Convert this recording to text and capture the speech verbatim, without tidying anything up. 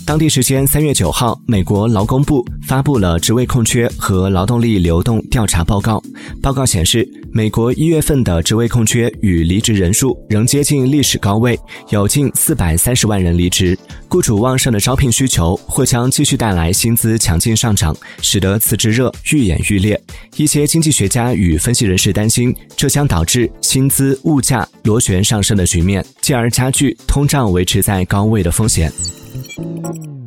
当地时间三月九号，美国劳工部发布了职位空缺和劳动力流动调查报告。报告显示，美国一月份的职位空缺与离职人数仍接近历史高位，有近四百三十万人离职。雇主旺盛的招聘需求或将继续带来薪资强劲上涨，使得辞职热愈演愈烈。一些经济学家与分析人士担心，这将导致薪资、物价螺旋上升的局面，进而加剧通胀维持在高位的风险。